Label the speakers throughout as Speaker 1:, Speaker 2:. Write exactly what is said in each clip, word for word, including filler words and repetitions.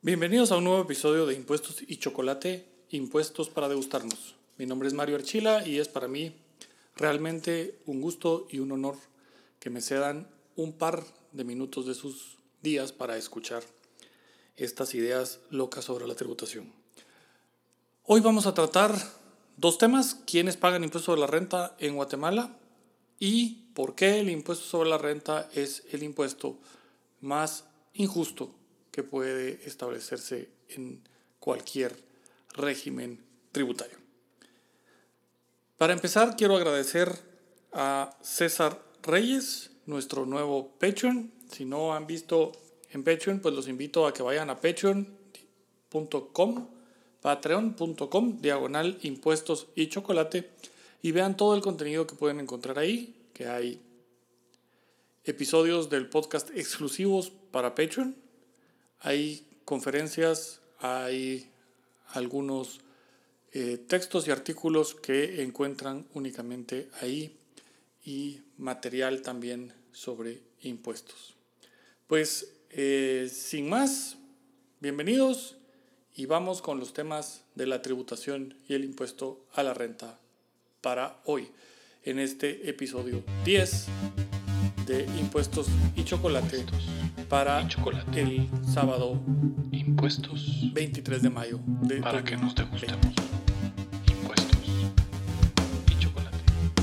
Speaker 1: Bienvenidos a un nuevo episodio de Impuestos y Chocolate, Impuestos para degustarnos. Mi nombre es Mario Archila y es para mí realmente un gusto y un honor que me cedan un par de minutos de sus días para escuchar estas ideas locas sobre la tributación. Hoy vamos a tratar dos temas: quiénes pagan impuesto sobre la renta en Guatemala y por qué el impuesto sobre la renta es el impuesto más injusto que puede establecerse en cualquier régimen tributario. Para empezar, quiero agradecer a César Reyes, nuestro nuevo Patreon. Si no han visto en Patreon, pues los invito a que vayan a patreon punto com, patreon punto com, diagonal impuestos y chocolate, y vean todo el contenido que pueden encontrar ahí, que hay episodios del podcast exclusivos para Patreon. Hay conferencias, hay algunos eh, textos y artículos que encuentran únicamente ahí y material también sobre impuestos. Pues eh, sin más, bienvenidos y vamos con los temas de la tributación y el impuesto a la renta para hoy, en este episodio diez de Impuestos y Chocolate. Impuestos para y chocolate. El sábado
Speaker 2: Impuestos
Speaker 1: veintitrés de mayo de
Speaker 2: para
Speaker 1: dos mil veinte.
Speaker 2: que nos degustemos. Impuestos y chocolate.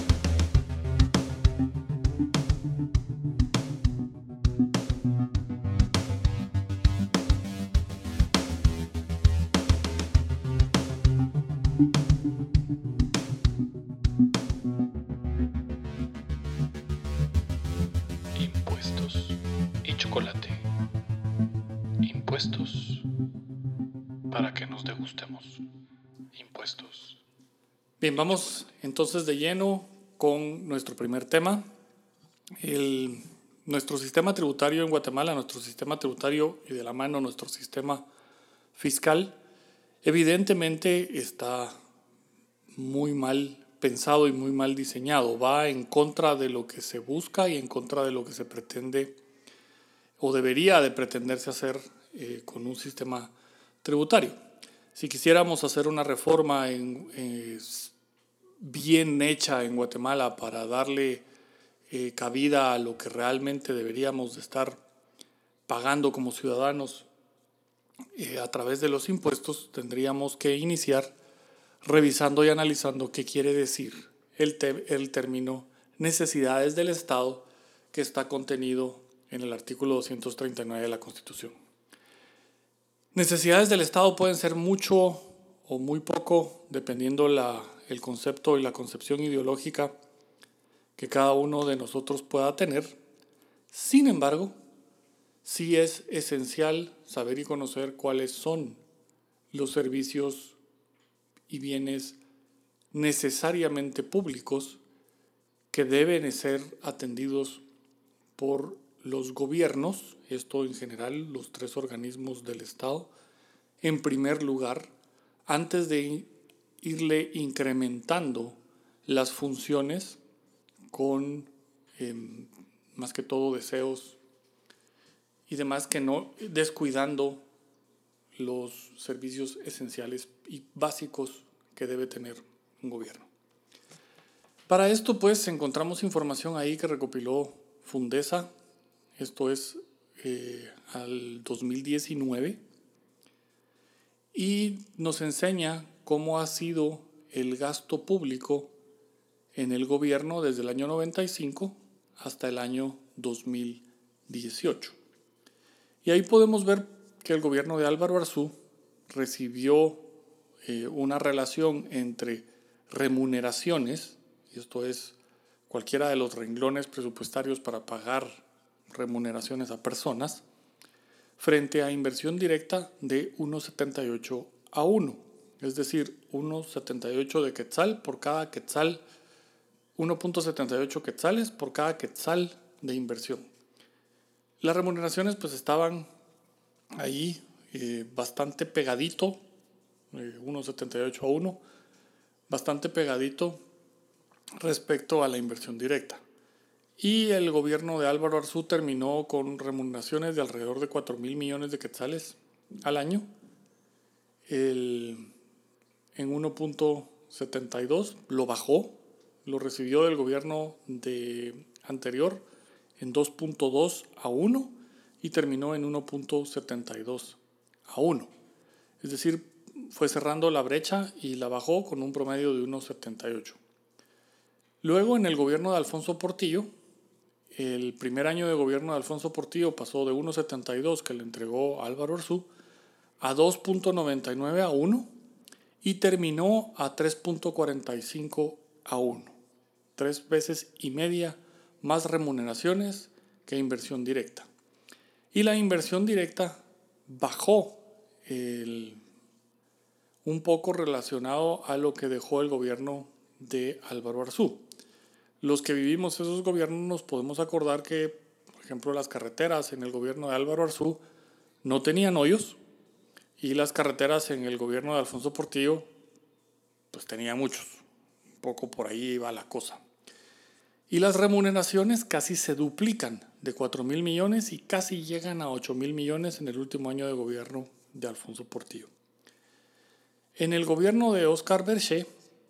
Speaker 2: Impuestos y chocolate. Impuestos para que nos degustemos. Impuestos.
Speaker 1: Bien, vamos entonces de lleno con nuestro primer tema. El, nuestro sistema tributario en Guatemala, nuestro sistema tributario y de la mano nuestro sistema fiscal, evidentemente está muy mal pensado y muy mal diseñado. Va en contra de lo que se busca y en contra de lo que se pretende o debería de pretenderse hacer eh, con un sistema tributario. Si quisiéramos hacer una reforma en, eh, bien hecha en Guatemala para darle eh, cabida a lo que realmente deberíamos de estar pagando como ciudadanos eh, a través de los impuestos, tendríamos que iniciar revisando y analizando qué quiere decir el, te- el término necesidades del Estado, que está contenido en el artículo doscientos treinta y nueve de la Constitución. Necesidades del Estado pueden ser mucho o muy poco, dependiendo la, el concepto y la concepción ideológica que cada uno de nosotros pueda tener. Sin embargo, sí es esencial saber y conocer cuáles son los servicios y bienes necesariamente públicos que deben ser atendidos por los gobiernos, esto en general los tres organismos del Estado, en primer lugar, antes de irle incrementando las funciones con eh, más que todo deseos y demás, que no descuidando los servicios esenciales y básicos que debe tener un gobierno. Para esto, pues, encontramos información ahí que recopiló Fundesa, esto es eh, al dos mil diecinueve, y nos enseña cómo ha sido el gasto público en el gobierno desde el año noventa y cinco hasta el año dos mil dieciocho. Y ahí podemos ver que el gobierno de Álvaro Arzú recibió eh, una relación entre remuneraciones, y esto es cualquiera de los renglones presupuestarios para pagar remuneraciones a personas, frente a inversión directa de uno punto setenta y ocho a uno, es decir, uno punto setenta y ocho de quetzal por cada quetzal, uno punto setenta y ocho quetzales por cada quetzal de inversión. Las remuneraciones pues estaban ahí eh, bastante pegadito, eh, uno punto setenta y ocho a uno, bastante pegadito respecto a la inversión directa. Y el gobierno de Álvaro Arzú terminó con remuneraciones de alrededor de cuatro mil millones de quetzales al año, el, en uno punto setenta y dos, lo bajó, lo recibió del gobierno de anterior en dos punto dos a uno y terminó en uno punto setenta y dos a uno. Es decir, fue cerrando la brecha y la bajó con un promedio de uno punto setenta y ocho. Luego, en el gobierno de Alfonso Portillo, el primer año de gobierno de Alfonso Portillo pasó de uno punto setenta y dos que le entregó Álvaro Arzú a dos punto noventa y nueve a uno y terminó a tres punto cuarenta y cinco a uno. Tres veces y media más remuneraciones que inversión directa. Y la inversión directa bajó el, un poco relacionado a lo que dejó el gobierno de Álvaro Arzú. Los que vivimos esos gobiernos nos podemos acordar que, por ejemplo, las carreteras en el gobierno de Álvaro Arzú no tenían hoyos y las carreteras en el gobierno de Alfonso Portillo pues tenían muchos. Un poco por ahí iba la cosa. Y las remuneraciones casi se duplican de cuatro mil millones y casi llegan a ocho mil millones en el último año de gobierno de Alfonso Portillo. En el gobierno de Óscar Berché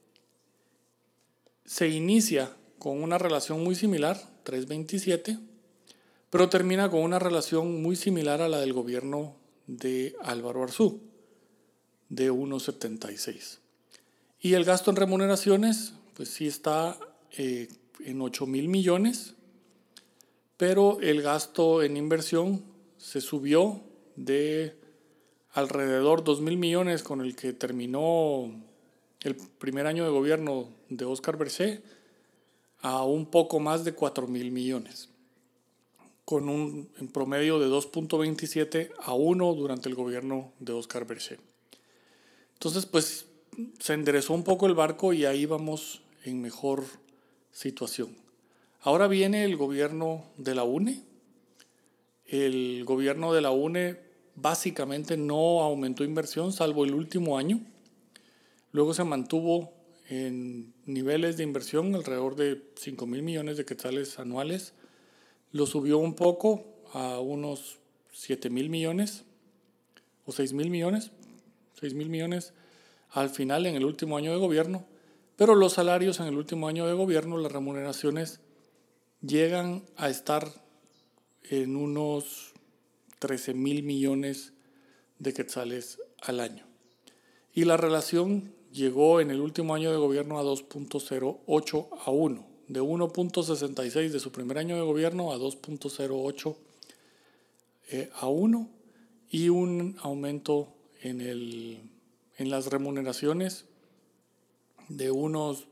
Speaker 1: se inicia con una relación muy similar, tres punto veintisiete, pero termina con una relación muy similar a la del gobierno de Álvaro Arzú, de uno punto setenta y seis. Y el gasto en remuneraciones, pues sí está eh, en ocho mil millones, pero el gasto en inversión se subió de alrededor dos mil millones con el que terminó el primer año de gobierno de Óscar Berché a un poco más de cuatro mil millones, con un en promedio de dos punto veintisiete a uno durante el gobierno de Óscar Berché. Entonces, pues se enderezó un poco el barco y ahí vamos en mejor situación. Ahora viene el gobierno de la U N E. El gobierno de la U N E básicamente no aumentó inversión salvo el último año. Luego se mantuvo en niveles de inversión alrededor de cinco mil millones de quetzales anuales. Lo subió un poco a unos siete mil millones o seis mil millones, seis mil millones al final en el último año de gobierno. Pero los salarios en el último año de gobierno, las remuneraciones, llegan a estar en unos trece mil millones de quetzales al año. Y la relación llegó en el último año de gobierno a dos punto cero ocho a uno, de uno punto sesenta y seis de su primer año de gobierno a dos punto cero ocho eh, a uno, y un aumento en, el, en las remuneraciones de unos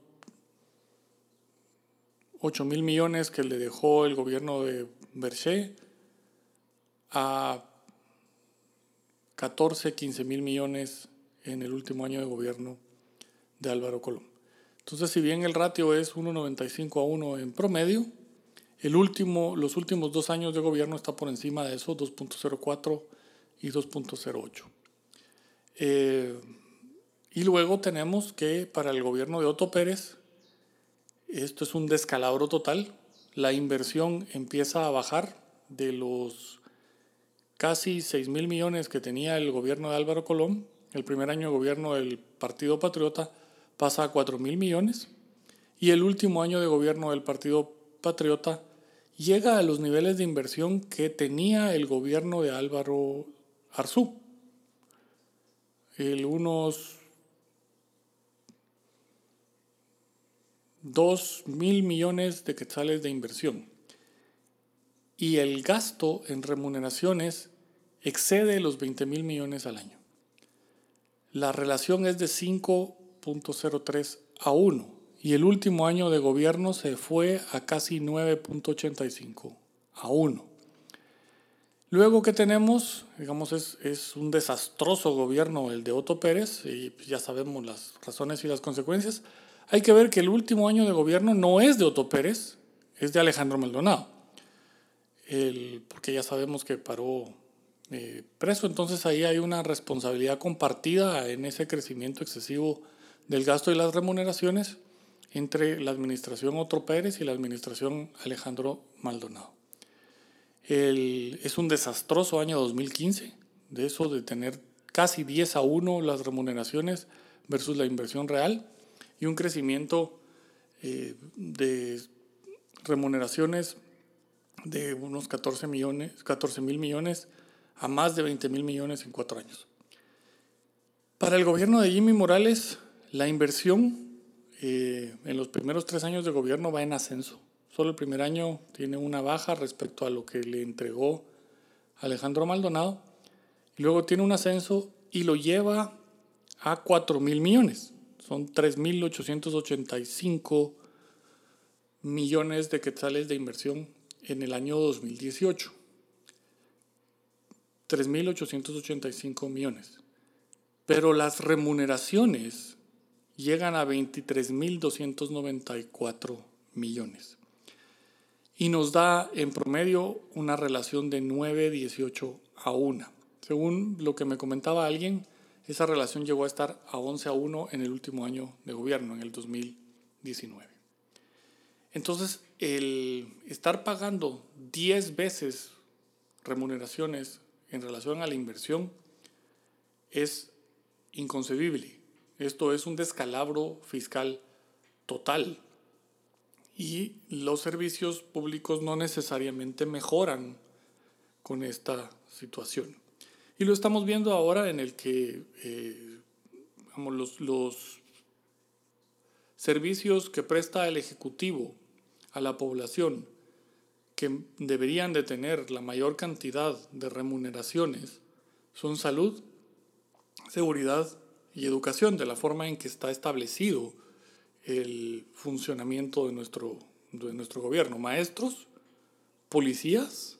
Speaker 1: ocho mil millones que le dejó el gobierno de Berché a catorce, quince mil millones en el último año de gobierno de Álvaro Colom. Entonces, si bien el ratio es uno punto noventa y cinco a uno en promedio, el último, los últimos dos años de gobierno está por encima de eso, dos punto cero cuatro y dos punto cero ocho. Eh, y luego tenemos que para el gobierno de Otto Pérez, esto es un descalabro total. La inversión empieza a bajar de los casi seis mil millones que tenía el gobierno de Álvaro Colom. El primer año de gobierno del Partido Patriota pasa a cuatro mil millones y el último año de gobierno del Partido Patriota llega a los niveles de inversión que tenía el gobierno de Álvaro Arzú. El unos dos mil millones de quetzales de inversión. Y el gasto en remuneraciones excede los veinte mil millones al año. La relación es de cinco punto cero tres a uno y el último año de gobierno se fue a casi nueve punto ochenta y cinco a uno. Luego que tenemos, digamos, es, es un desastroso gobierno el de Otto Pérez y ya sabemos las razones y las consecuencias. Hay que ver que el último año de gobierno no es de Otto Pérez, es de Alejandro Maldonado, el, porque ya sabemos que paró eh, preso, entonces ahí hay una responsabilidad compartida en ese crecimiento excesivo del gasto y las remuneraciones entre la administración Otto Pérez y la administración Alejandro Maldonado. El, es un desastroso año dos mil quince, de eso de tener casi diez a uno las remuneraciones versus la inversión real y un crecimiento eh, de remuneraciones de unos catorce millones, catorce mil millones a más de veinte mil millones en cuatro años. Para el gobierno de Jimmy Morales, la inversión eh, en los primeros tres años de gobierno va en ascenso. Solo el primer año tiene una baja respecto a lo que le entregó Alejandro Maldonado. Y luego tiene un ascenso y lo lleva a cuatro mil millones. Son tres mil ochocientos ochenta y cinco millones de quetzales de inversión en el año dos mil dieciocho. tres mil ochocientos ochenta y cinco millones. Pero las remuneraciones llegan a veintitrés mil doscientos noventa y cuatro millones. Y nos da en promedio una relación de nueve dieciocho a uno. Según lo que me comentaba alguien, esa relación llegó a estar a once a uno en el último año de gobierno, en el dos mil diecinueve. Entonces, el estar pagando diez veces remuneraciones en relación a la inversión es inconcebible. Esto es un descalabro fiscal total. Y los servicios públicos no necesariamente mejoran con esta situación. Y lo estamos viendo ahora en el que eh, digamos, los, los servicios que presta el Ejecutivo a la población, que deberían de tener la mayor cantidad de remuneraciones, son salud, seguridad y educación, de la forma en que está establecido el funcionamiento de nuestro, de nuestro gobierno. Maestros, policías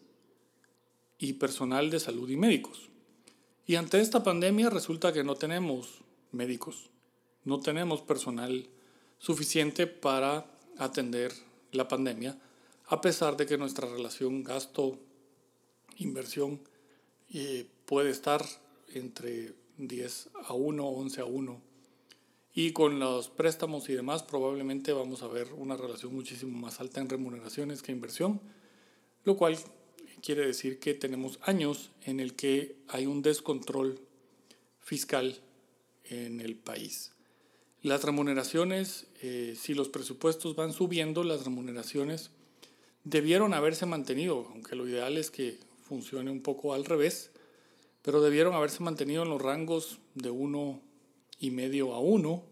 Speaker 1: y personal de salud y médicos. Y ante esta pandemia resulta que no tenemos médicos, no tenemos personal suficiente para atender la pandemia, a pesar de que nuestra relación gasto-inversión eh, puede estar entre diez a uno, once a uno. Y con los préstamos y demás probablemente vamos a ver una relación muchísimo más alta en remuneraciones que inversión, lo cual quiere decir que tenemos años en el que hay un descontrol fiscal en el país. Las remuneraciones, eh, si los presupuestos van subiendo, las remuneraciones debieron haberse mantenido, aunque lo ideal es que funcione un poco al revés, pero debieron haberse mantenido en los rangos de uno y medio a uno,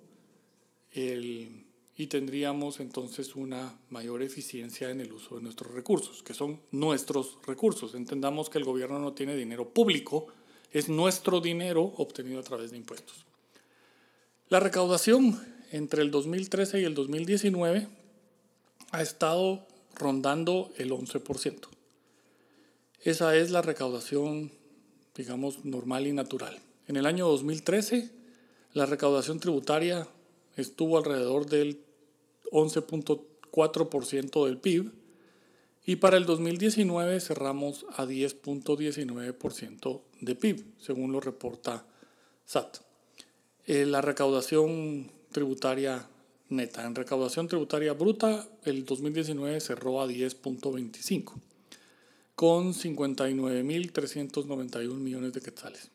Speaker 1: el, y tendríamos entonces una mayor eficiencia en el uso de nuestros recursos, que son nuestros recursos. Entendamos que el gobierno no tiene dinero público, es nuestro dinero obtenido a través de impuestos. La recaudación entre el dos mil trece y el dos mil diecinueve ha estado rondando el once por ciento. Esa es la recaudación, digamos, normal y natural. En el año dos mil trece, la recaudación tributaria estuvo alrededor del once punto cuatro por ciento del P I B y para el dos mil diecinueve cerramos a diez punto diecinueve por ciento de P I B, según lo reporta S A T. Eh, la recaudación tributaria neta. En recaudación tributaria bruta, el dos mil diecinueve cerró a diez punto veinticinco, con cincuenta y nueve mil trescientos noventa y uno millones de quetzales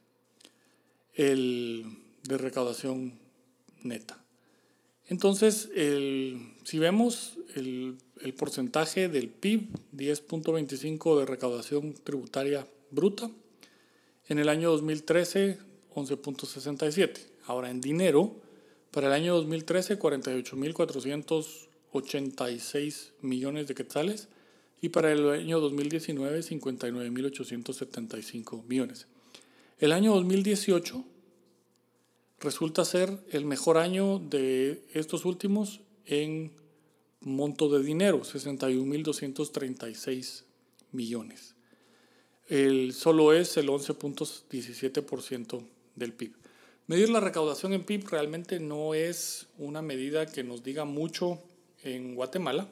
Speaker 1: el, de recaudación neta. Entonces, el, si vemos el, el porcentaje del P I B, diez punto veinticinco de recaudación tributaria bruta, en el año dos mil trece, once punto sesenta y siete. Ahora, en dinero, para el año dos mil trece, cuarenta y ocho mil cuatrocientos ochenta y seis millones de quetzales y para el año dos mil diecinueve, cincuenta y nueve mil ochocientos setenta y cinco millones. El año dos mil dieciocho resulta ser el mejor año de estos últimos en monto de dinero, sesenta y un mil doscientos treinta y seis millones. El, solo es el once punto diecisiete por ciento del P I B. Medir la recaudación en P I B realmente no es una medida que nos diga mucho en Guatemala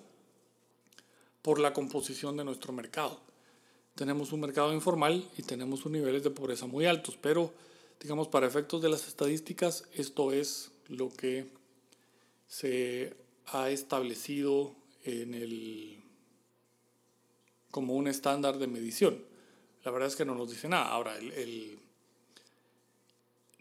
Speaker 1: por la composición de nuestro mercado. Tenemos un mercado informal y tenemos unos niveles de pobreza muy altos, pero digamos, para efectos de las estadísticas, esto es lo que se ha establecido en el, como un estándar de medición. La verdad es que no nos dice nada. Ahora, el, el,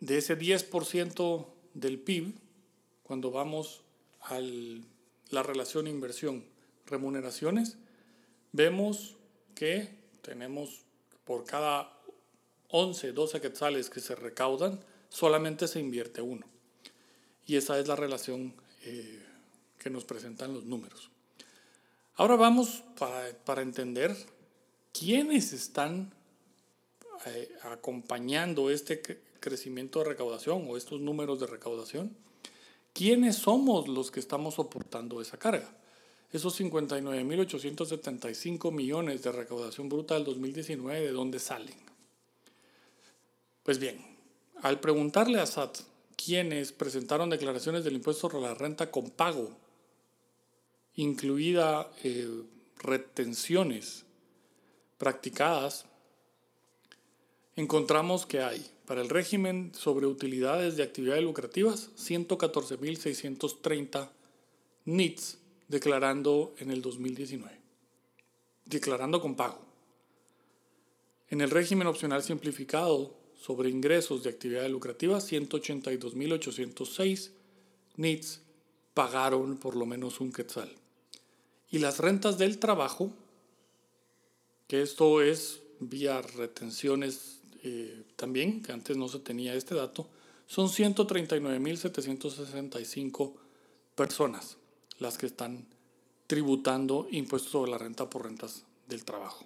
Speaker 1: de ese diez por ciento del P I B, cuando vamos a la relación inversión-remuneraciones, vemos que tenemos por cada once, doce quetzales que se recaudan, solamente se invierte uno. Y esa es la relación eh, que nos presentan los números. Ahora vamos para, para entender quiénes están eh, acompañando este crecimiento de recaudación o estos números de recaudación. ¿Quiénes somos los que estamos soportando esa carga? Esos cincuenta y nueve mil ochocientos setenta y cinco millones de recaudación bruta del dos mil diecinueve, ¿de dónde salen? Pues bien, al preguntarle a S A T quiénes presentaron declaraciones del impuesto sobre la renta con pago, incluida eh, retenciones practicadas, encontramos que hay para el régimen sobre utilidades de actividades lucrativas ciento catorce mil seiscientos treinta N I Ts declarando en el dos mil diecinueve, declarando con pago. En el régimen opcional simplificado sobre ingresos de actividades lucrativas, ciento ochenta y dos mil ochocientos seis N I Ts pagaron por lo menos un quetzal. Y las rentas del trabajo, que esto es vía retenciones eh, también, que antes no se tenía este dato, son ciento treinta y nueve mil setecientos sesenta y cinco personas las que están tributando impuestos sobre la renta por rentas del trabajo.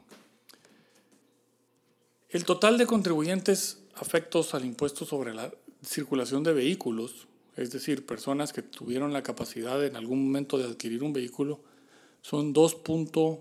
Speaker 1: El total de contribuyentes afectos al impuesto sobre la circulación de vehículos, es decir, personas que tuvieron la capacidad en algún momento de adquirir un vehículo, son dos punto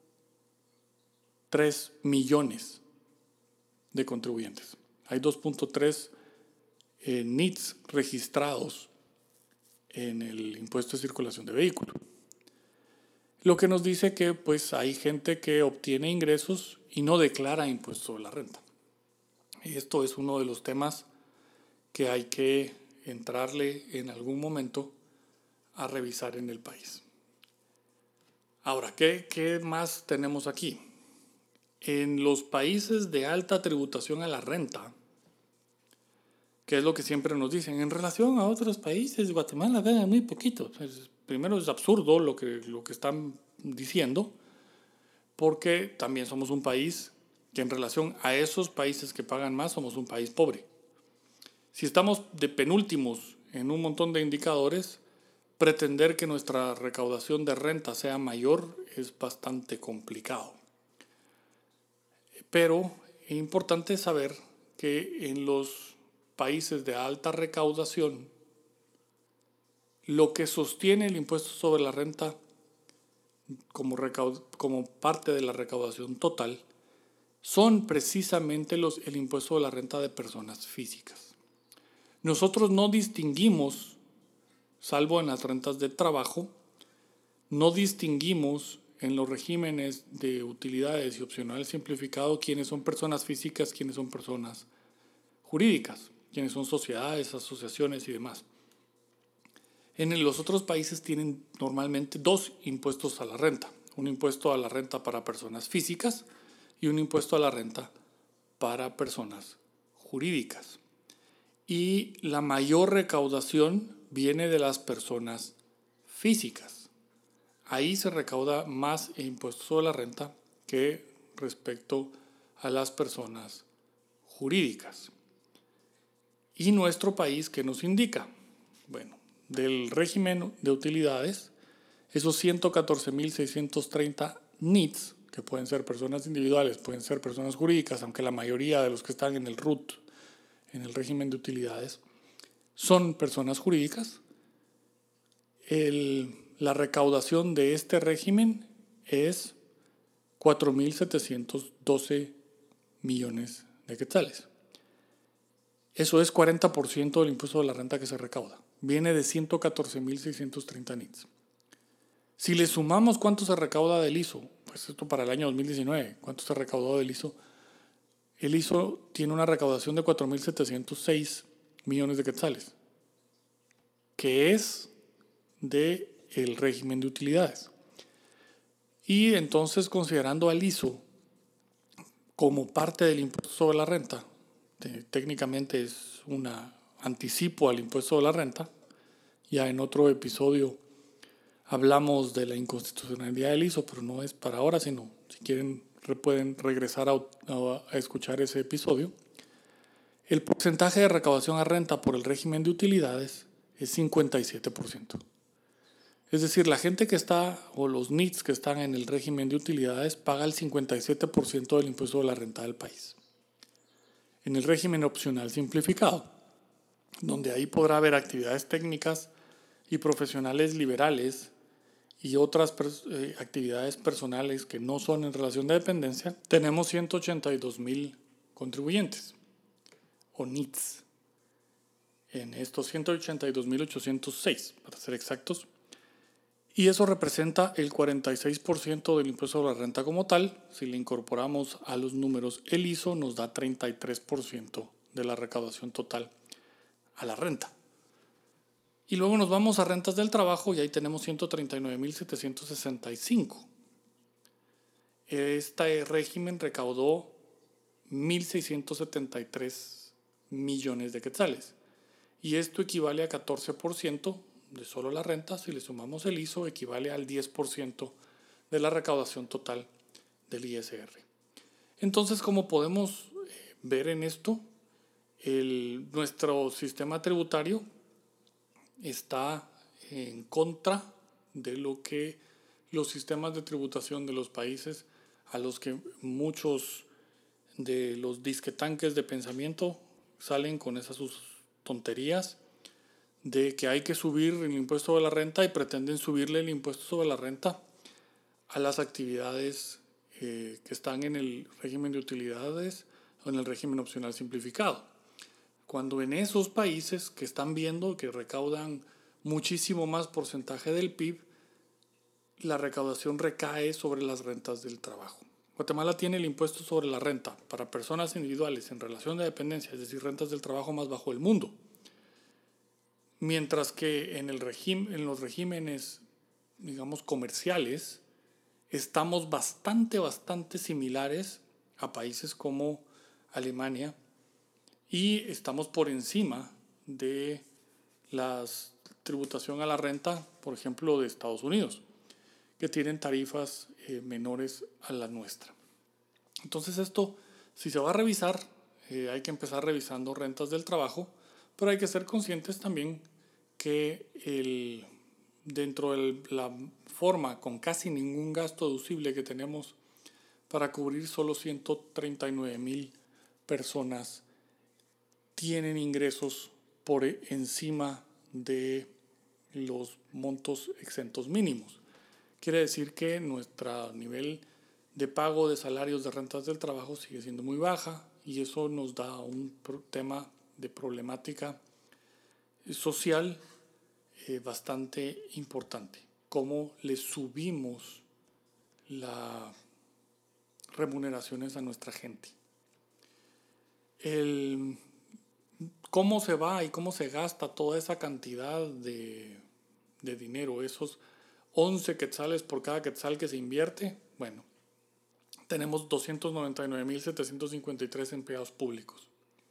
Speaker 1: tres millones de contribuyentes. Hay dos punto tres eh, N I Ts registrados en el impuesto de circulación de vehículos. Lo que nos dice que pues, hay gente que obtiene ingresos y no declara impuesto sobre la renta. Y esto es uno de los temas que hay que entrarle en algún momento a revisar en el país. Ahora, ¿qué, qué más tenemos aquí? En los países de alta tributación a la renta, que es lo que siempre nos dicen, en relación a otros países, Guatemala gana muy poquito. Pues, primero es absurdo lo que, lo que están diciendo, porque también somos un país que en relación a esos países que pagan más, somos un país pobre. Si estamos de penúltimos en un montón de indicadores, pretender que nuestra recaudación de renta sea mayor es bastante complicado. Pero es importante saber que en los países de alta recaudación, lo que sostiene el impuesto sobre la renta como, recaud- como parte de la recaudación total son precisamente los, el impuesto de la renta de personas físicas. Nosotros no distinguimos, salvo en las rentas de trabajo, no distinguimos en los regímenes de utilidades y opcional simplificado quiénes son personas físicas, quiénes son personas jurídicas, quiénes son sociedades, asociaciones y demás. En los otros países tienen normalmente dos impuestos a la renta, un impuesto a la renta para personas físicas y un impuesto a la renta para personas jurídicas. Y la mayor recaudación viene de las personas físicas. Ahí se recauda más impuesto sobre la renta que respecto a las personas jurídicas. ¿Y nuestro país qué nos indica? Bueno, del régimen de utilidades, esos ciento catorce mil seiscientos treinta N I Ts, que pueden ser personas individuales, pueden ser personas jurídicas, aunque la mayoría de los que están en el R U T, en el régimen de utilidades, son personas jurídicas. El, la recaudación de este régimen es cuatro mil setecientos doce millones de quetzales. Eso es cuarenta por ciento del impuesto de la renta que se recauda. Viene de ciento catorce mil seiscientos treinta N I Ts. Si le sumamos cuánto se recauda del I S O, pues esto para el año dos mil diecinueve, cuánto se recaudó del I S O, el I S O tiene una recaudación de cuatro mil setecientos seis millones de quetzales, que es del régimen de utilidades. Y entonces, considerando al I S O como parte del impuesto sobre la renta, eh, técnicamente es un anticipo al impuesto de la renta. Ya en otro episodio hablamos de la inconstitucionalidad del I S O, pero no es para ahora, sino si quieren pueden regresar a, a, a escuchar ese episodio. El porcentaje de recaudación a renta por el régimen de utilidades es cincuenta y siete por ciento. Es decir, la gente que está, o los N I Ts que están en el régimen de utilidades, paga el cincuenta y siete por ciento del impuesto de la renta del país. En el régimen opcional simplificado, donde ahí podrá haber actividades técnicas y profesionales liberales y otras pers- eh, actividades personales que no son en relación de dependencia, tenemos ciento ochenta y dos mil contribuyentes, o N I Ts. En estos ciento ochenta y dos mil ochocientos seis, para ser exactos, y eso representa el cuarenta y seis por ciento del impuesto de la renta como tal. Si le incorporamos a los números el I S O, nos da treinta y tres por ciento de la recaudación total a la renta. Y luego nos vamos a rentas del trabajo y ahí tenemos ciento treinta y nueve mil setecientos sesenta y cinco. Este régimen recaudó mil seiscientos setenta y tres millones de quetzales. Y esto equivale a catorce por ciento de solo la renta. Si le sumamos el I S O, equivale al diez por ciento de la recaudación total del I S R. Entonces, como podemos ver en esto, el, nuestro sistema tributario está en contra de lo que los sistemas de tributación de los países a los que muchos de los disquetanques de pensamiento salen con esas sus tonterías de que hay que subir el impuesto de la renta y pretenden subirle el impuesto sobre la renta a las actividades eh, que están en el régimen de utilidades o en el régimen opcional simplificado. Cuando en esos países que están viendo que recaudan muchísimo más porcentaje del P I B, la recaudación recae sobre las rentas del trabajo. Guatemala tiene el impuesto sobre la renta para personas individuales en relación de dependencia, es decir, rentas del trabajo más bajo del mundo. Mientras que en, el regim- en los regímenes, digamos, comerciales, estamos bastante, bastante similares a países como Alemania y estamos por encima de la tributación a la renta, por ejemplo, de Estados Unidos, que tienen tarifas eh, menores a la nuestra. Entonces esto, si se va a revisar, eh, hay que empezar revisando rentas del trabajo, pero hay que ser conscientes también que el, dentro de la forma con casi ningún gasto deducible que tenemos para cubrir solo ciento treinta y nueve mil personas tienen ingresos por encima de los montos exentos mínimos. Quiere decir que nuestro nivel de pago de salarios de rentas del trabajo sigue siendo muy baja y eso nos da un tema de problemática social eh, bastante importante. Cómo le subimos las remuneraciones a nuestra gente. El, cómo se va y cómo se gasta toda esa cantidad de, de dinero, esos once quetzales por cada quetzal que se invierte. Bueno, tenemos doscientos noventa y nueve mil setecientos cincuenta y tres empleados públicos.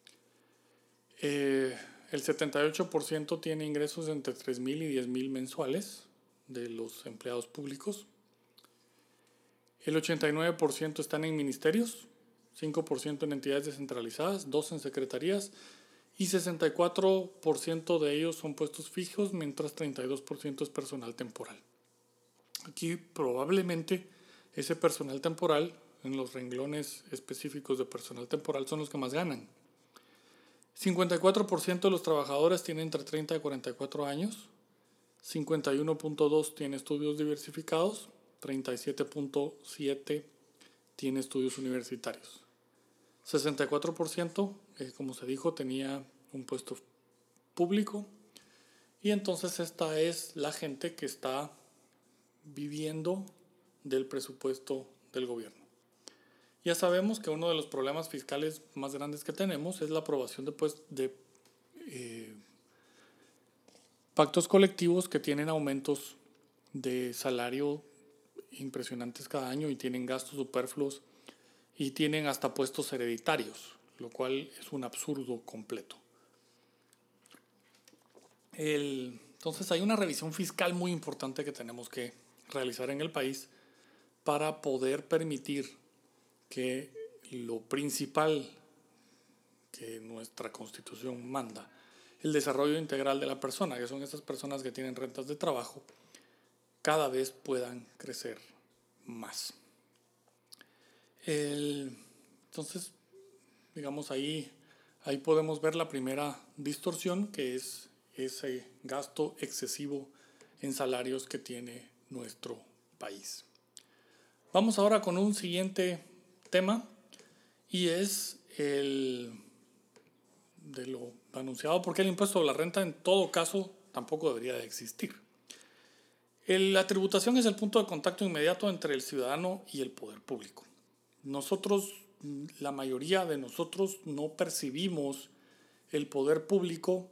Speaker 1: Eh, el setenta y ocho por ciento tiene ingresos entre tres mil y diez mil mensuales de los empleados públicos. El ochenta y nueve por ciento están en ministerios, cinco por ciento en entidades descentralizadas, dos en secretarías y sesenta y cuatro por ciento de ellos son puestos fijos, mientras treinta y dos por ciento es personal temporal. Aquí probablemente ese personal temporal, en los renglones específicos de personal temporal, son los que más ganan. cincuenta y cuatro por ciento de los trabajadores tienen entre treinta y cuarenta y cuatro años, cincuenta y uno punto dos por ciento tiene estudios diversificados, treinta y siete punto siete por ciento tiene estudios universitarios. sesenta y cuatro por ciento, eh, como se dijo, tenía un puesto público y entonces esta es la gente que está viviendo del presupuesto del gobierno. Ya sabemos que uno de los problemas fiscales más grandes que tenemos es la aprobación de, pues, de eh, pactos colectivos que tienen aumentos de salario impresionantes cada año y tienen gastos superfluos y tienen hasta puestos hereditarios, lo cual es un absurdo completo. El, entonces hay una revisión fiscal muy importante que tenemos que realizar en el país para poder permitir que lo principal que nuestra Constitución manda, el desarrollo integral de la persona, que son esas personas que tienen rentas de trabajo, cada vez puedan crecer más. El, entonces, digamos, ahí, ahí podemos ver la primera distorsión, que es ese gasto excesivo en salarios que tiene nuestro país. Vamos ahora con un siguiente tema, y es el de lo anunciado, porque el impuesto a la renta en todo caso tampoco debería de existir. El, la tributación es el punto de contacto inmediato entre el ciudadano y el poder público. Nosotros, la mayoría de nosotros, no percibimos el poder público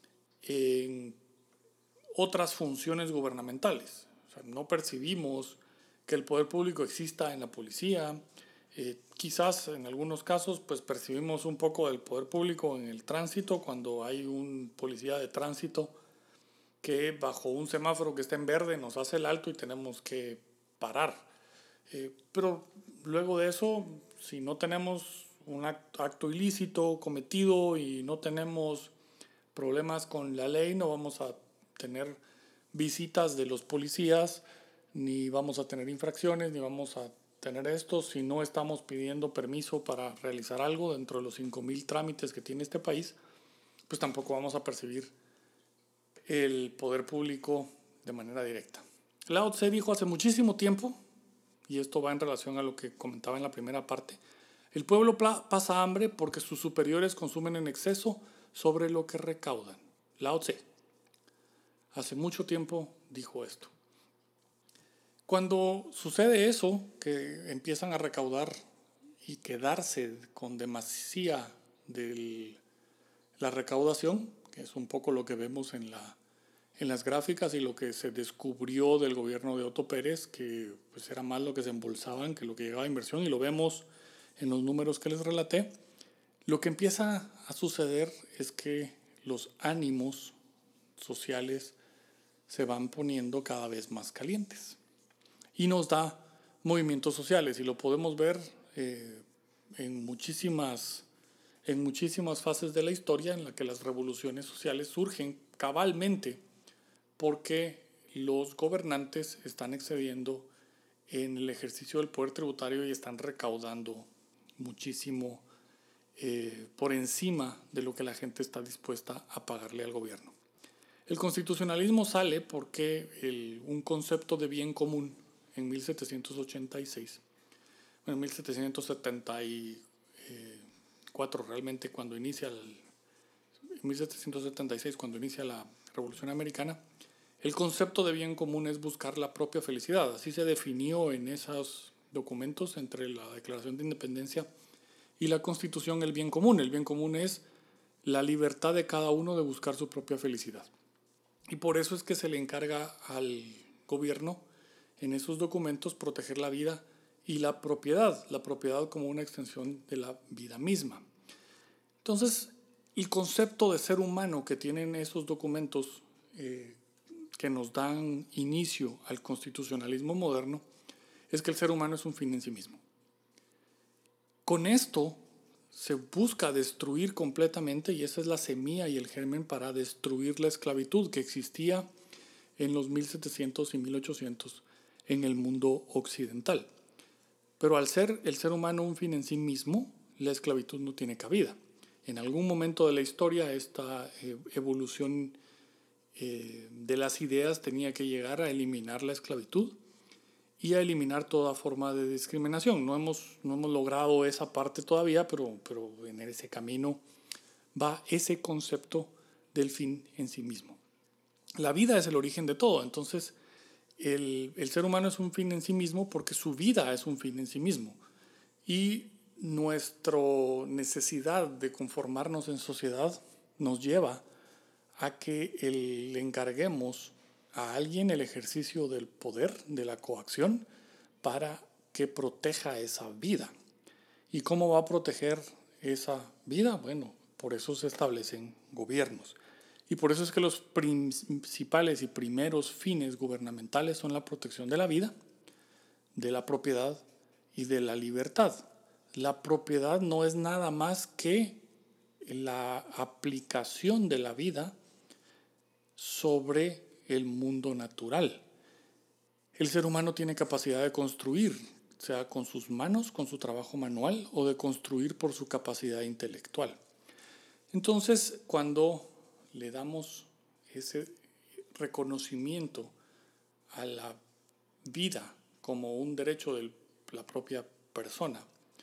Speaker 1: en otras funciones gubernamentales. O sea, no percibimos que el poder público exista en la policía. Eh, quizás en algunos casos pues percibimos un poco del poder público en el tránsito, cuando hay un policía de tránsito que bajo un semáforo que está en verde nos hace el alto y tenemos que parar. Eh, pero luego de eso, si no tenemos un acto ilícito cometido y no tenemos problemas con la ley, no vamos a tener visitas de los policías, ni vamos a tener infracciones, ni vamos a tener esto si no estamos pidiendo permiso para realizar algo dentro de los cinco mil trámites que tiene este país, pues tampoco vamos a percibir el poder público de manera directa. Lao Tse dijo hace muchísimo tiempo, y esto va en relación a lo que comentaba en la primera parte, el pueblo pasa hambre porque sus superiores consumen en exceso sobre lo que recaudan. Lao Tse hace mucho tiempo dijo esto. Cuando sucede eso, que empiezan a recaudar y quedarse con demasía de la recaudación, que es un poco lo que vemos en, la, en las gráficas y lo que se descubrió del gobierno de Otto Pérez, que pues era más lo que se embolsaban que lo que llegaba a inversión, y lo vemos en los números que les relaté. Lo que empieza a suceder es que los ánimos sociales se van poniendo cada vez más calientes y nos da movimientos sociales, y lo podemos ver eh, en muchísimas, en muchísimas fases de la historia en la que las revoluciones sociales surgen cabalmente porque los gobernantes están excediendo en el ejercicio del poder tributario y están recaudando muchísimo eh, por encima de lo que la gente está dispuesta a pagarle al gobierno. El constitucionalismo sale porque el, un concepto de bien común en mil setecientos ochenta y seis, bueno, en mil setecientos setenta y cuatro realmente, cuando inicia el, en mil setecientos setenta y seis, cuando inicia la Revolución Americana, el concepto de bien común es buscar la propia felicidad. Así se definió en esos documentos entre la Declaración de Independencia y la Constitución el bien común. El bien común es la libertad de cada uno de buscar su propia felicidad. Y por eso es que se le encarga al gobierno en esos documentos proteger la vida y la propiedad, la propiedad como una extensión de la vida misma. Entonces, el concepto de ser humano que tienen esos documentos eh, que nos dan inicio al constitucionalismo moderno es que el ser humano es un fin en sí mismo. Con esto se busca destruir completamente, y esa es la semilla y el germen para destruir la esclavitud que existía en los mil setecientos y mil ochocientos en el mundo occidental. Pero al ser el ser humano un fin en sí mismo, la esclavitud no tiene cabida. En algún momento de la historia esta evolución eh, de las ideas tenía que llegar a eliminar la esclavitud y a eliminar toda forma de discriminación. No hemos, no hemos logrado esa parte todavía, pero, pero en ese camino va ese concepto del fin en sí mismo. La vida es el origen de todo, entonces el, el ser humano es un fin en sí mismo porque su vida es un fin en sí mismo. Y nuestra necesidad de conformarnos en sociedad nos lleva a que el, le encarguemos a alguien el ejercicio del poder, de la coacción, para que proteja esa vida. ¿Y cómo va a proteger esa vida? Bueno, por eso se establecen gobiernos. Y por eso es que los principales y primeros fines gubernamentales son la protección de la vida, de la propiedad y de la libertad. La propiedad no es nada más que la aplicación de la vida sobre el mundo natural. El ser humano tiene capacidad de construir, sea con sus manos, con su trabajo manual, o de construir por su capacidad intelectual. Entonces, cuando le damos ese reconocimiento a la vida como un derecho de la propia persona,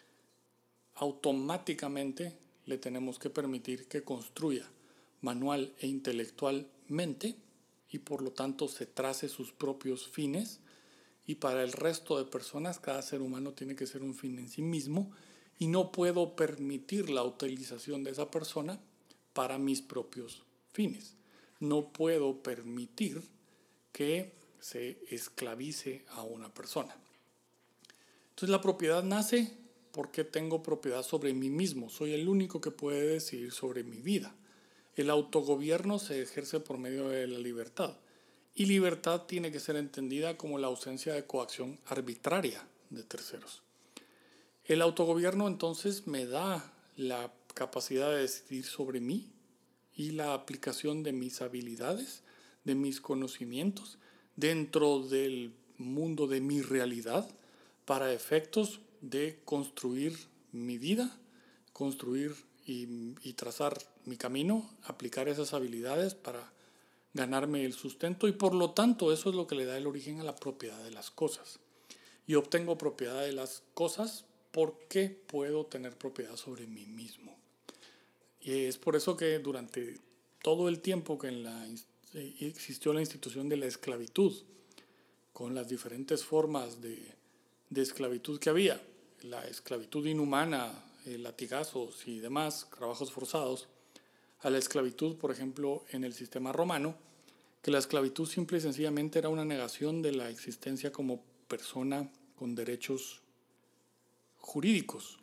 Speaker 1: automáticamente le tenemos que permitir que construya manual e intelectualmente y por lo tanto se trace sus propios fines, y para el resto de personas cada ser humano tiene que ser un fin en sí mismo y no puedo permitir la utilización de esa persona para mis propios fines. No puedo permitir que se esclavice a una persona. Entonces la propiedad nace porque tengo propiedad sobre mí mismo. Soy el único que puede decidir sobre mi vida. El autogobierno se ejerce por medio de la libertad. Y libertad tiene que ser entendida como la ausencia de coacción arbitraria de terceros. El autogobierno entonces me da la capacidad de decidir sobre mí y la aplicación de mis habilidades, de mis conocimientos, dentro del mundo de mi realidad, para efectos de construir mi vida, construir y, y trazar mi camino, aplicar esas habilidades para ganarme el sustento, y por lo tanto eso es lo que le da el origen a la propiedad de las cosas. Y obtengo propiedad de las cosas porque puedo tener propiedad sobre mí mismo. Y es por eso que durante todo el tiempo que en la, existió la institución de la esclavitud, con las diferentes formas de, de esclavitud que había, la esclavitud inhumana, eh, latigazos y demás, trabajos forzados, a la esclavitud, por ejemplo, en el sistema romano, que la esclavitud simple y sencillamente era una negación de la existencia como persona con derechos jurídicos.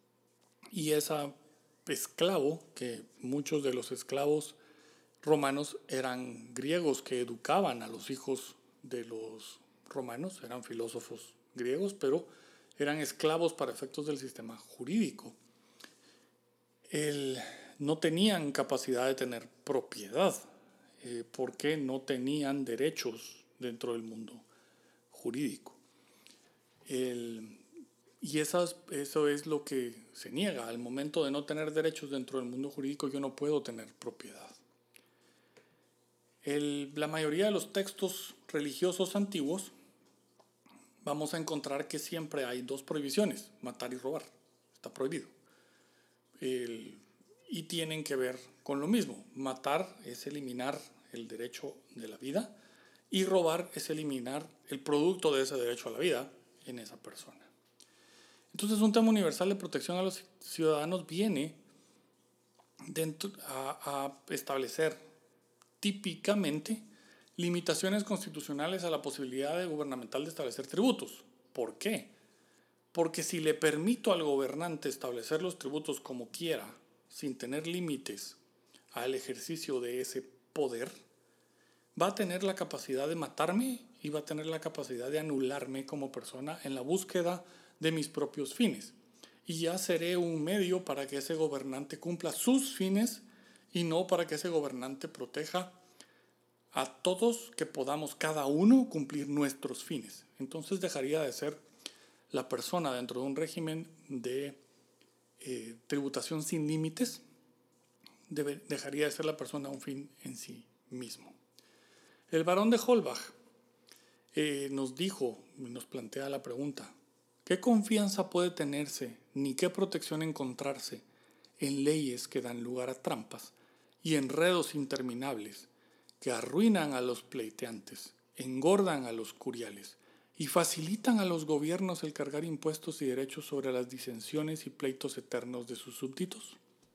Speaker 1: Y esa esclavo, que muchos de los esclavos romanos eran griegos que educaban a los hijos de los romanos, eran filósofos griegos, pero eran esclavos para efectos del sistema jurídico. El, no tenían capacidad de tener propiedad, eh, porque no tenían derechos dentro del mundo jurídico. El, y esas, eso es lo que se niega. Al momento de no tener derechos dentro del mundo jurídico, yo no puedo tener propiedad. El, la mayoría de los textos religiosos antiguos vamos a encontrar que siempre hay dos prohibiciones: matar y robar. Está prohibido. El, y tienen que ver con lo mismo. Matar es eliminar el derecho de la vida y robar es eliminar el producto de ese derecho a la vida en esa persona. Entonces, un tema universal de protección a los ciudadanos viene dentro a, a establecer típicamente limitaciones constitucionales a la posibilidad de gubernamental de establecer tributos. ¿Por qué? Porque si le permito al gobernante establecer los tributos como quiera, sin tener límites al ejercicio de ese poder, va a tener la capacidad de matarme y va a tener la capacidad de anularme como persona en la búsqueda de mis propios fines. Y ya seré un medio para que ese gobernante cumpla sus fines y no para que ese gobernante proteja a todos, que podamos cada uno cumplir nuestros fines. Entonces dejaría de ser la persona dentro de un régimen de eh, tributación sin límites, debe, dejaría de ser la persona un fin en sí mismo. El barón de Holbach eh, nos dijo, nos plantea la pregunta: ¿qué confianza puede tenerse ni qué protección encontrarse en leyes que dan lugar a trampas y enredos interminables que arruinan a los pleiteantes, engordan a los curiales y facilitan a los gobiernos el cargar impuestos y derechos sobre las disensiones y pleitos eternos de sus súbditos?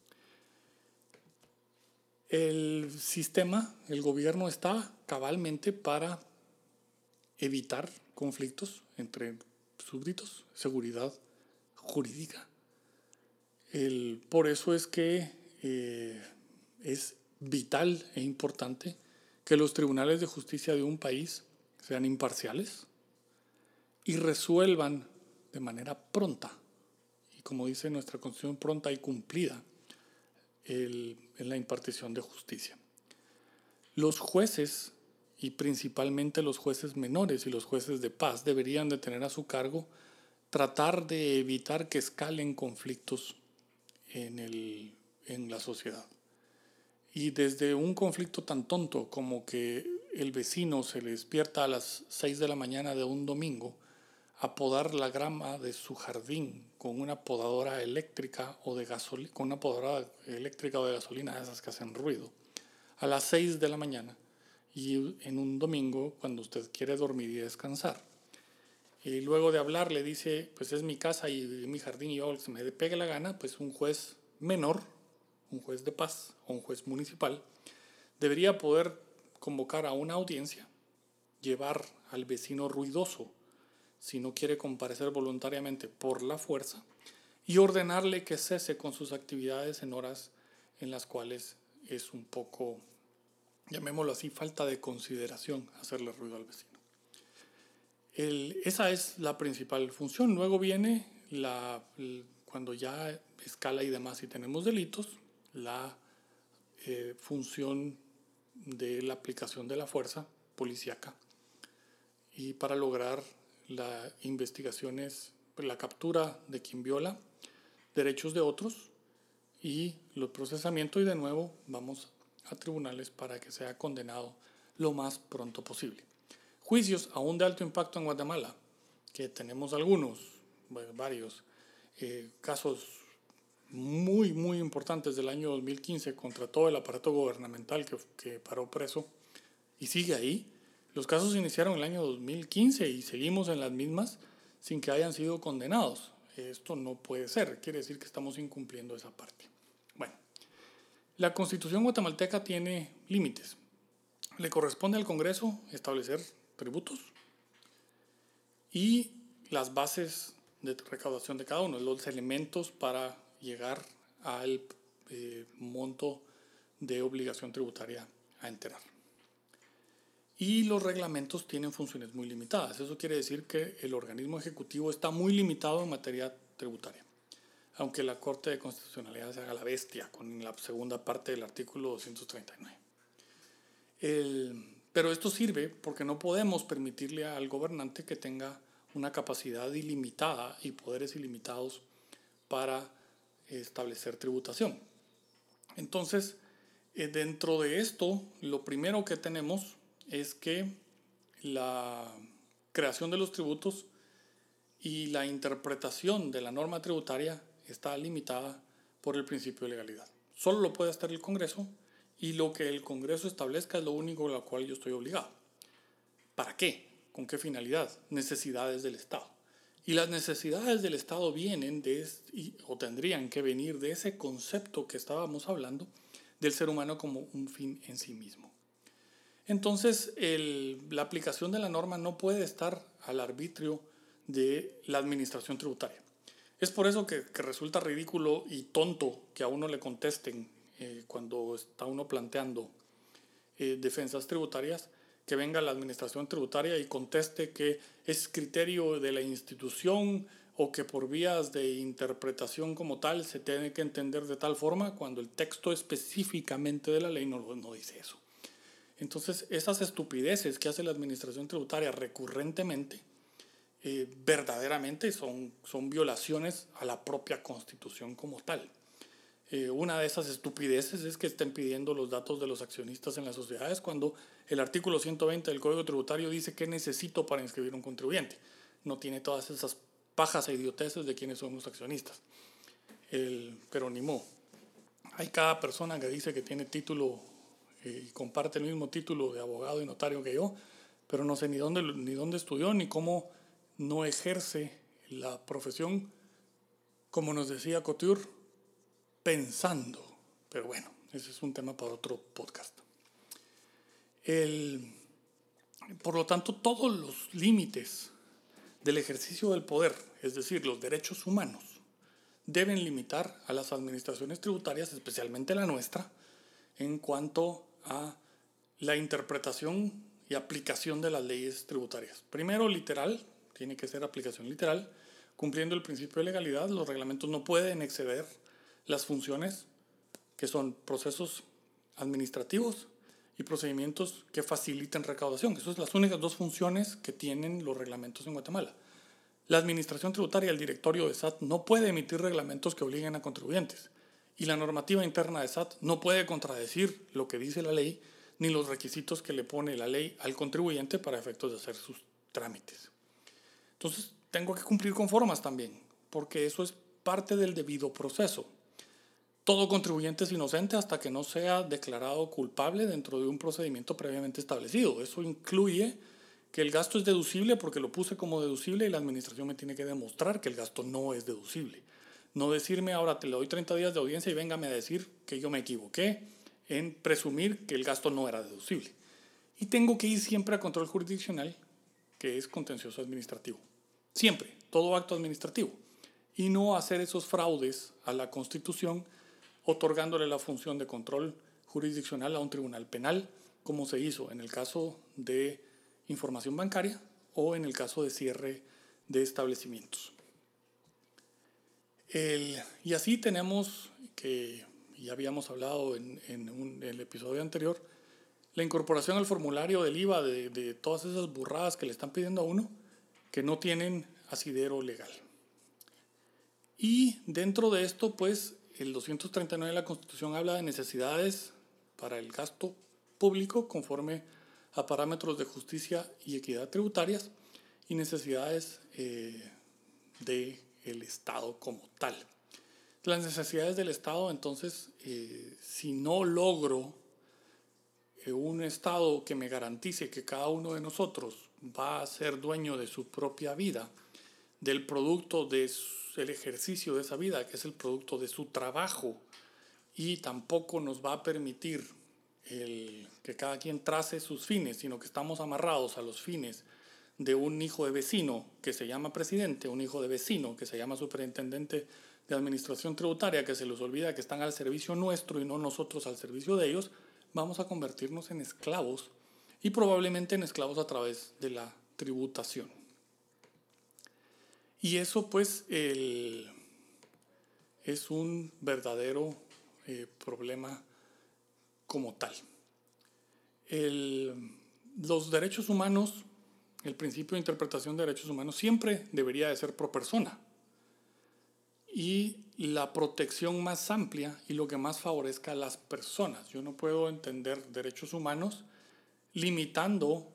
Speaker 1: El sistema, el gobierno está cabalmente para evitar conflictos entre súbditos, seguridad jurídica. El, por eso es que eh, es vital e importante que los tribunales de justicia de un país sean imparciales y resuelvan de manera pronta, y como dice nuestra Constitución, pronta y cumplida, el, en la impartición de justicia. Los jueces, y principalmente los jueces menores y los jueces de paz, deberían de tener a su cargo tratar de evitar que escalen conflictos en, el, en la sociedad. Y desde un conflicto tan tonto como que el vecino se le despierta a las seis de la mañana de un domingo a podar la grama de su jardín con una podadora eléctrica o de gasolina, con una podadora eléctrica o de gasolina, esas que hacen ruido, a las seis de la mañana, y en un domingo cuando usted quiere dormir y descansar. Y luego de hablar le dice, pues es mi casa y mi jardín y yo, se me pegue la gana, pues un juez menor, un juez de paz o un juez municipal, debería poder convocar a una audiencia, llevar al vecino ruidoso, si no quiere comparecer voluntariamente por la fuerza, y ordenarle que cese con sus actividades en horas en las cuales es un poco, llamémoslo así, falta de consideración hacerle ruido al vecino. El, esa es la principal función. Luego viene, la, el, cuando ya escala y demás y tenemos delitos, la eh, función de la aplicación de la fuerza policíaca, y para lograr las investigaciones, la captura de quien viola derechos de otros y los procesamientos, y de nuevo vamos a tribunales para que sea condenado lo más pronto posible. Juicios aún de alto impacto en Guatemala, que tenemos algunos, bueno, varios eh, casos muy, muy importantes del año dos mil quince contra todo el aparato gubernamental que, que paró preso y sigue ahí. Los casos iniciaron en el año dos mil quince y seguimos en las mismas sin que hayan sido condenados. Esto no puede ser, quiere decir que estamos incumpliendo esa parte. Bueno, la Constitución guatemalteca tiene límites. Le corresponde al Congreso establecer tributos y las bases de recaudación de cada uno, los elementos para llegar al eh, monto de obligación tributaria a enterar. Y los reglamentos tienen funciones muy limitadas. Eso quiere decir que el organismo ejecutivo está muy limitado en materia tributaria, aunque la Corte de Constitucionalidad se haga la bestia con la segunda parte del artículo doscientos treinta y nueve. El, pero esto sirve porque no podemos permitirle al gobernante que tenga una capacidad ilimitada y poderes ilimitados para establecer tributación. Entonces, eh, dentro de esto, lo primero que tenemos es que la creación de los tributos y la interpretación de la norma tributaria está limitada por el principio de legalidad. Solo lo puede hacer el Congreso, y lo que el Congreso establezca es lo único a lo cual yo estoy obligado. ¿Para qué? ¿Con qué finalidad? Necesidades del Estado. Y las necesidades del Estado vienen de, o tendrían que venir de ese concepto que estábamos hablando del ser humano como un fin en sí mismo. Entonces, el, la aplicación de la norma no puede estar al arbitrio de la administración tributaria. Es por eso que, que resulta ridículo y tonto que a uno le contesten eh, cuando está uno planteando eh, defensas tributarias, que venga la administración tributaria y conteste que es criterio de la institución o que por vías de interpretación como tal se tiene que entender de tal forma, cuando el texto específicamente de la ley no, no dice eso. Entonces, esas estupideces que hace la administración tributaria recurrentemente, eh, verdaderamente son, son violaciones a la propia Constitución como tal. Eh, una de esas estupideces es que estén pidiendo los datos de los accionistas en las sociedades cuando el artículo ciento veinte del Código Tributario dice qué necesito para inscribir un contribuyente. No tiene todas esas pajas e idioteces de quiénes son los accionistas. El, pero ni modo. Hay cada persona que dice que tiene título y comparte el mismo título de abogado y notario que yo, pero no sé ni dónde, ni dónde estudió, ni cómo no ejerce la profesión, como nos decía Couture, pensando. Pero bueno, ese es un tema para otro podcast. El, por lo tanto, todos los límites del ejercicio del poder, es decir, los derechos humanos, deben limitar a las administraciones tributarias, especialmente la nuestra, en cuanto a la interpretación y aplicación de las leyes tributarias. Primero, literal, tiene que ser aplicación literal. Cumpliendo el principio de legalidad, los reglamentos no pueden exceder las funciones que son procesos administrativos y procedimientos que faciliten recaudación. Esas son las únicas dos funciones que tienen los reglamentos en Guatemala. La administración tributaria, el directorio de S A T, no puede emitir reglamentos que obliguen a contribuyentes. Y la normativa interna de S A T no puede contradecir lo que dice la ley ni los requisitos que le pone la ley al contribuyente para efectos de hacer sus trámites. Entonces, tengo que cumplir con formas también, porque eso es parte del debido proceso. Todo contribuyente es inocente hasta que no sea declarado culpable dentro de un procedimiento previamente establecido. Eso incluye que el gasto es deducible porque lo puse como deducible y la administración me tiene que demostrar que el gasto no es deducible. No decirme ahora te le doy treinta días de audiencia y véngame a decir que yo me equivoqué en presumir que el gasto no era deducible. Y tengo que ir siempre a control jurisdiccional, que es contencioso administrativo. Siempre, todo acto administrativo. Y no hacer esos fraudes a la Constitución otorgándole la función de control jurisdiccional a un tribunal penal, como se hizo en el caso de información bancaria o en el caso de cierre de establecimientos. El, y así tenemos, que ya habíamos hablado en, en, un, en el episodio anterior, la incorporación al formulario del I V A de, de todas esas burradas que le están pidiendo a uno que no tienen asidero legal. Y dentro de esto, pues, el doscientos treinta y nueve de la Constitución habla de necesidades para el gasto público conforme a parámetros de justicia y equidad tributarias y necesidades eh, del Estado como tal. Las necesidades del Estado, entonces, eh, si no logro eh, un Estado que me garantice que cada uno de nosotros va a ser dueño de su propia vida, del producto del ejercicio de esa vida, que es el producto de su trabajo, y tampoco nos va a permitir el, que cada quien trace sus fines, sino que estamos amarrados a los fines de un hijo de vecino que se llama presidente, un hijo de vecino que se llama superintendente de administración tributaria, que se les olvida que están al servicio nuestro y no nosotros al servicio de ellos, vamos a convertirnos en esclavos y probablemente en esclavos a través de la tributación. Y eso pues el, es un verdadero eh, problema como tal. El, los derechos humanos, el principio de interpretación de derechos humanos siempre debería de ser pro persona. Y la protección más amplia y lo que más favorezca a las personas. Yo no puedo entender derechos humanos limitando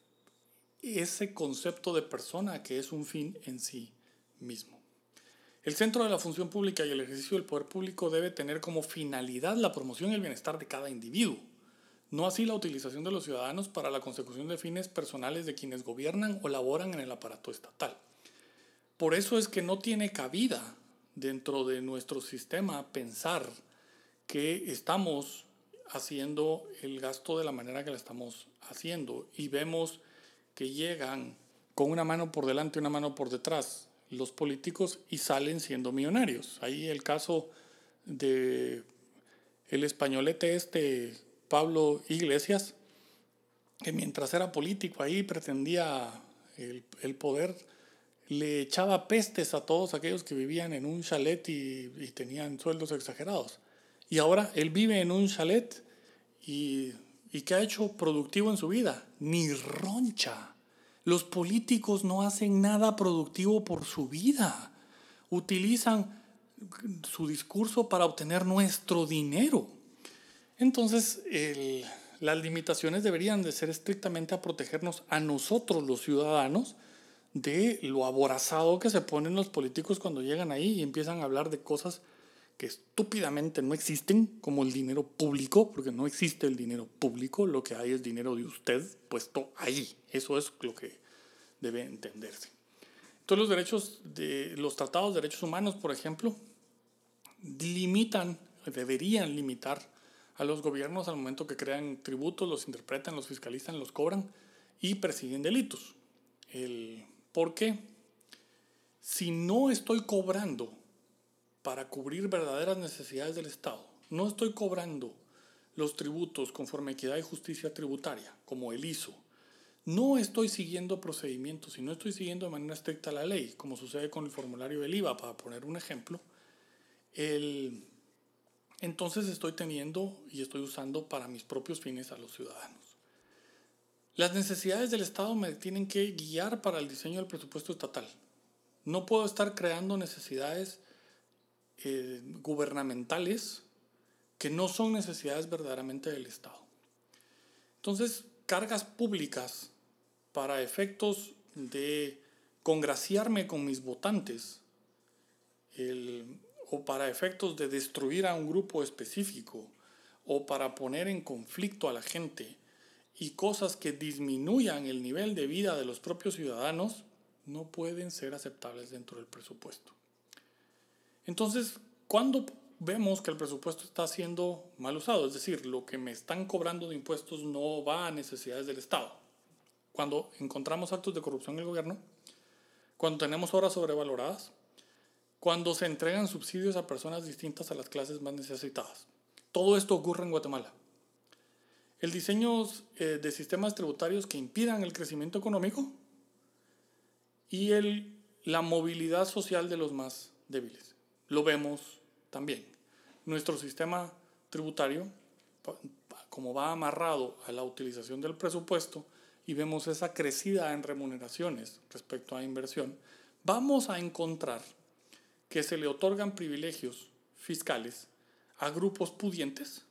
Speaker 1: ese concepto de persona que es un fin en sí mismo. El centro de la función pública y el ejercicio del poder público debe tener como finalidad la promoción y el bienestar de cada individuo, no así la utilización de los ciudadanos para la consecución de fines personales de quienes gobiernan o laboran en el aparato estatal. Por eso es que no tiene cabida dentro de nuestro sistema pensar que estamos haciendo el gasto de la manera que la estamos haciendo y vemos que llegan con una mano por delante y una mano por detrás los políticos y salen siendo millonarios. Ahí el caso de el españolete este Pablo Iglesias, que mientras era político ahí pretendía el, el poder, le echaba pestes a todos aquellos que vivían en un chalet y, y tenían sueldos exagerados. Y ahora él vive en un chalet y, y ¿qué ha hecho productivo en su vida? Ni roncha. Los políticos no hacen nada productivo por su vida. Utilizan su discurso para obtener nuestro dinero. Entonces, el, las limitaciones deberían de ser estrictamente a protegernos a nosotros, los ciudadanos, de lo aborazado que se ponen los políticos cuando llegan ahí y empiezan a hablar de cosas que estúpidamente no existen, como el dinero público, porque no existe el dinero público, lo que hay es dinero de usted puesto ahí. Eso es lo que debe entenderse. Entonces los derechos de los tratados de derechos humanos, por ejemplo, limitan, deberían limitar a los gobiernos al momento que crean tributos, los interpretan, los fiscalizan, los cobran y persiguen delitos. El, porque si no estoy cobrando para cubrir verdaderas necesidades del Estado, no estoy cobrando los tributos conforme a equidad y justicia tributaria, como el I S O, no estoy siguiendo procedimientos y no estoy siguiendo de manera estricta la ley, como sucede con el formulario del I V A, para poner un ejemplo, el, entonces estoy teniendo y estoy usando para mis propios fines a los ciudadanos. Las necesidades del Estado me tienen que guiar para el diseño del presupuesto estatal. No puedo estar creando necesidades eh, gubernamentales que no son necesidades verdaderamente del Estado. Entonces, cargas públicas para efectos de congraciarme con mis votantes el, o para efectos de destruir a un grupo específico o para poner en conflicto a la gente y cosas que disminuyan el nivel de vida de los propios ciudadanos no pueden ser aceptables dentro del presupuesto. Entonces, ¿cuándo vemos que el presupuesto está siendo mal usado? Es decir, lo que me están cobrando de impuestos no va a necesidades del Estado. Cuando encontramos actos de corrupción en el gobierno, cuando tenemos horas sobrevaloradas, cuando se entregan subsidios a personas distintas a las clases más necesitadas. Todo esto ocurre en Guatemala. El diseño eh, de sistemas tributarios que impidan el crecimiento económico y el, la movilidad social de los más débiles. Lo vemos también. Nuestro sistema tributario, como va amarrado a la utilización del presupuesto y vemos esa crecida en remuneraciones respecto a inversión, vamos a encontrar que se le otorgan privilegios fiscales a grupos pudientes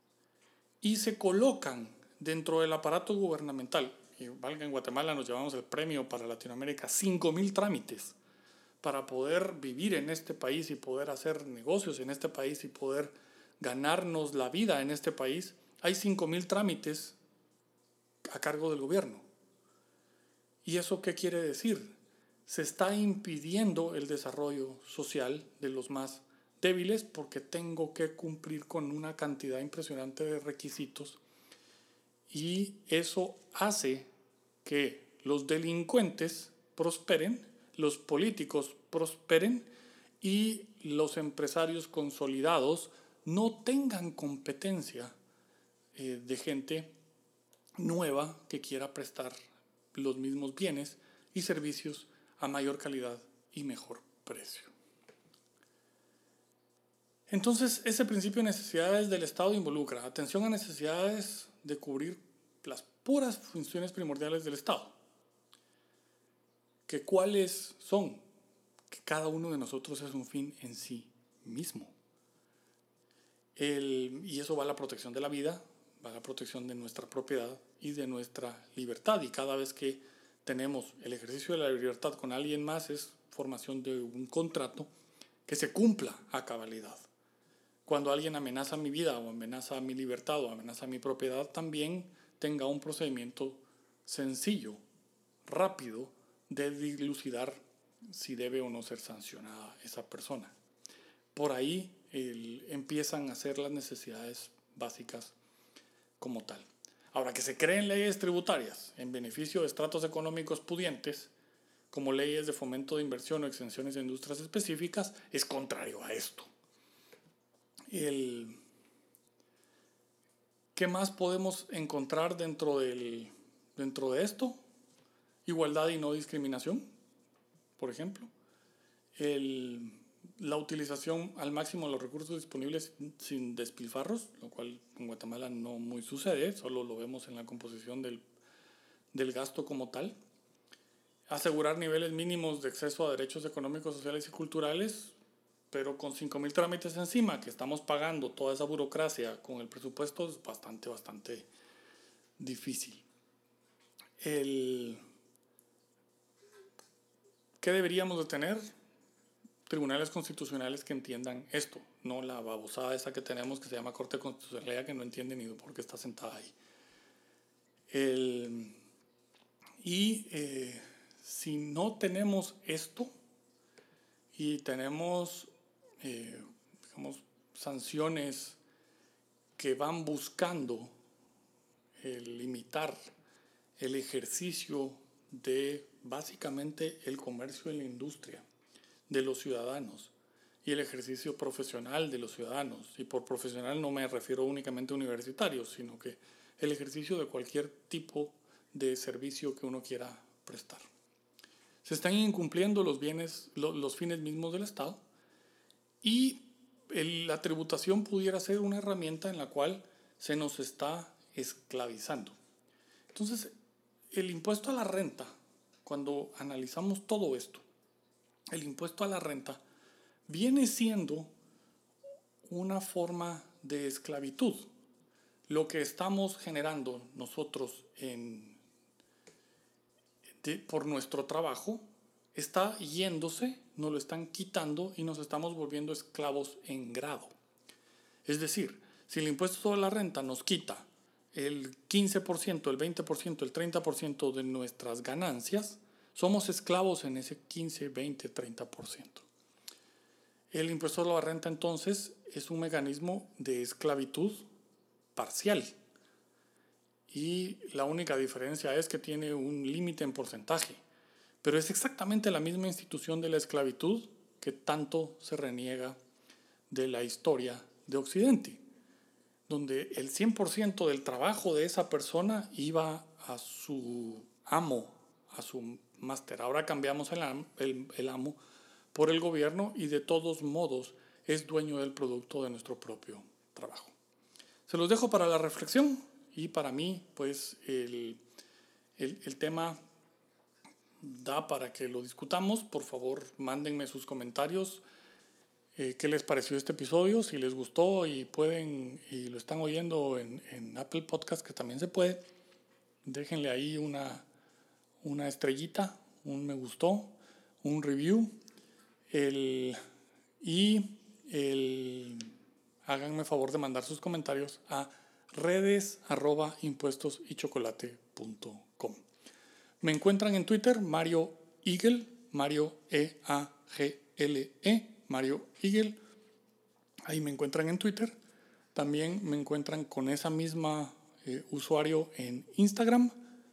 Speaker 1: y se colocan dentro del aparato gubernamental. Y valga, en Guatemala nos llevamos el premio para Latinoamérica, cinco mil trámites para poder vivir en este país y poder hacer negocios en este país y poder ganarnos la vida en este país. Hay cinco mil trámites a cargo del gobierno. ¿Y eso qué quiere decir? Se está impidiendo el desarrollo social de los más débiles porque tengo que cumplir con una cantidad impresionante de requisitos y eso hace que los delincuentes prosperen, los políticos prosperen y los empresarios consolidados no tengan competencia eh, de gente nueva que quiera prestar los mismos bienes y servicios a mayor calidad y mejor precio. Entonces, ese principio de necesidades del Estado involucra atención a necesidades de cubrir las puras funciones primordiales del Estado. ¿Que cuáles son? Que cada uno de nosotros es un fin en sí mismo. El, y eso va a la protección de la vida, va a la protección de nuestra propiedad y de nuestra libertad. Y cada vez que tenemos el ejercicio de la libertad con alguien más es formación de un contrato que se cumpla a cabalidad. Cuando alguien amenaza mi vida o amenaza mi libertad o amenaza mi propiedad, también tenga un procedimiento sencillo, rápido, de dilucidar si debe o no ser sancionada esa persona. Por ahí el, empiezan a ser las necesidades básicas como tal. Ahora, que se creen leyes tributarias en beneficio de estratos económicos pudientes, como leyes de fomento de inversión o exenciones de industrias específicas, es contrario a esto. El, ¿Qué más podemos encontrar dentro, del, dentro de esto? Igualdad y no discriminación, por ejemplo. El, la utilización al máximo de los recursos disponibles sin despilfarros, lo cual en Guatemala no muy sucede, solo lo vemos en la composición del, del gasto como tal. Asegurar niveles mínimos de acceso a derechos económicos, sociales y culturales, pero con cinco mil trámites encima, que estamos pagando toda esa burocracia con el presupuesto, es bastante, bastante difícil. El, ¿Qué deberíamos de tener? Tribunales constitucionales que entiendan esto, no la babosada esa que tenemos que se llama Corte Constitucional, que no entiende ni por qué está sentada ahí. El, y eh, si no tenemos esto y tenemos eh, digamos, sanciones que van buscando el limitar el ejercicio de básicamente el comercio y la industria de los ciudadanos y el ejercicio profesional de los ciudadanos. Y por profesional no me refiero únicamente a universitarios, sino que el ejercicio de cualquier tipo de servicio que uno quiera prestar. Se están incumpliendo los bienes, los fines mismos del Estado, y el, la tributación pudiera ser una herramienta en la cual se nos está esclavizando. Entonces, el impuesto a la renta, cuando analizamos todo esto, el impuesto a la renta viene siendo una forma de esclavitud. Lo que estamos generando nosotros en, de, por nuestro trabajo está yéndose, nos lo están quitando y nos estamos volviendo esclavos en grado. Es decir, si el impuesto a la renta nos quita el quince por ciento, el veinte por ciento, el treinta por ciento de nuestras ganancias, somos esclavos en ese quince, veinte, treinta por ciento. El impuesto a la renta entonces es un mecanismo de esclavitud parcial, y la única diferencia es que tiene un límite en porcentaje, pero es exactamente la misma institución de la esclavitud que tanto se reniega de la historia de Occidente, donde el cien por ciento del trabajo de esa persona iba a su amo, a su máster. Ahora cambiamos el, am, el, el amo por el gobierno, y de todos modos es dueño del producto de nuestro propio trabajo. Se los dejo para la reflexión, y para mí pues el, el, el tema da para que lo discutamos. Por favor, mándenme sus comentarios. Eh, ¿Qué les pareció este episodio? Si les gustó y pueden y lo están oyendo en, en Apple Podcast, que también se puede, déjenle ahí una, una estrellita, un me gustó, un review, el, y el, háganme favor de mandar sus comentarios a redes arroba impuestos y chocolate punto com. Me encuentran en Twitter, Mario Eagle, Mario E A G L E, Mario Eagle. Ahí me encuentran en Twitter. También me encuentran con esa misma eh, usuario en Instagram.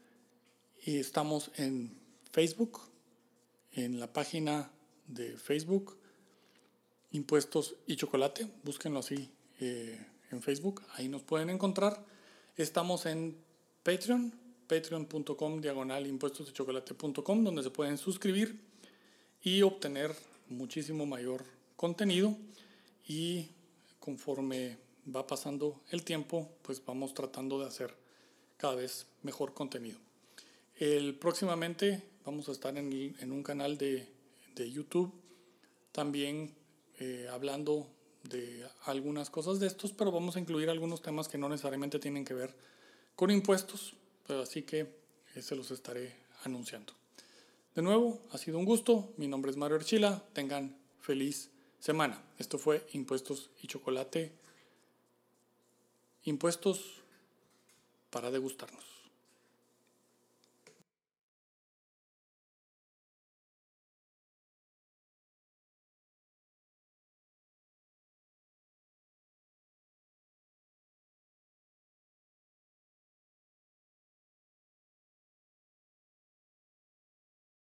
Speaker 1: Y estamos en Facebook, en la página de Facebook, Impuestos y Chocolate. Búsquenlo así eh, en Facebook. Ahí nos pueden encontrar. Estamos en Patreon, patreon.com diagonal impuestos y chocolate punto com, donde se pueden suscribir y obtener muchísimo mayor contenido, y conforme va pasando el tiempo pues vamos tratando de hacer cada vez mejor contenido. El, próximamente vamos a estar en, en un canal de, de YouTube también eh, hablando de algunas cosas de estos, pero vamos a incluir algunos temas que no necesariamente tienen que ver con impuestos, pero así que eh, se los estaré anunciando. De nuevo, ha sido un gusto. Mi nombre es Mario Archila. Tengan feliz semana. Esto fue Impuestos y Chocolate. Impuestos para degustarnos.